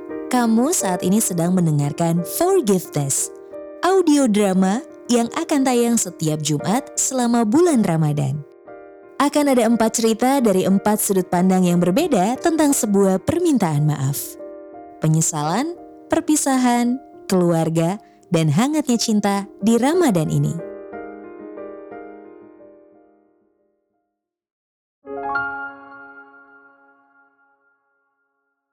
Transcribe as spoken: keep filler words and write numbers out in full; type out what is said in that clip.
kamu saat ini sedang mendengarkan Forgiveness, audio drama yang akan tayang setiap Jumat selama bulan Ramadan. Akan ada empat cerita dari empat sudut pandang yang berbeda tentang sebuah permintaan maaf. Penyesalan, perpisahan, keluarga, dan hangatnya cinta di Ramadan ini.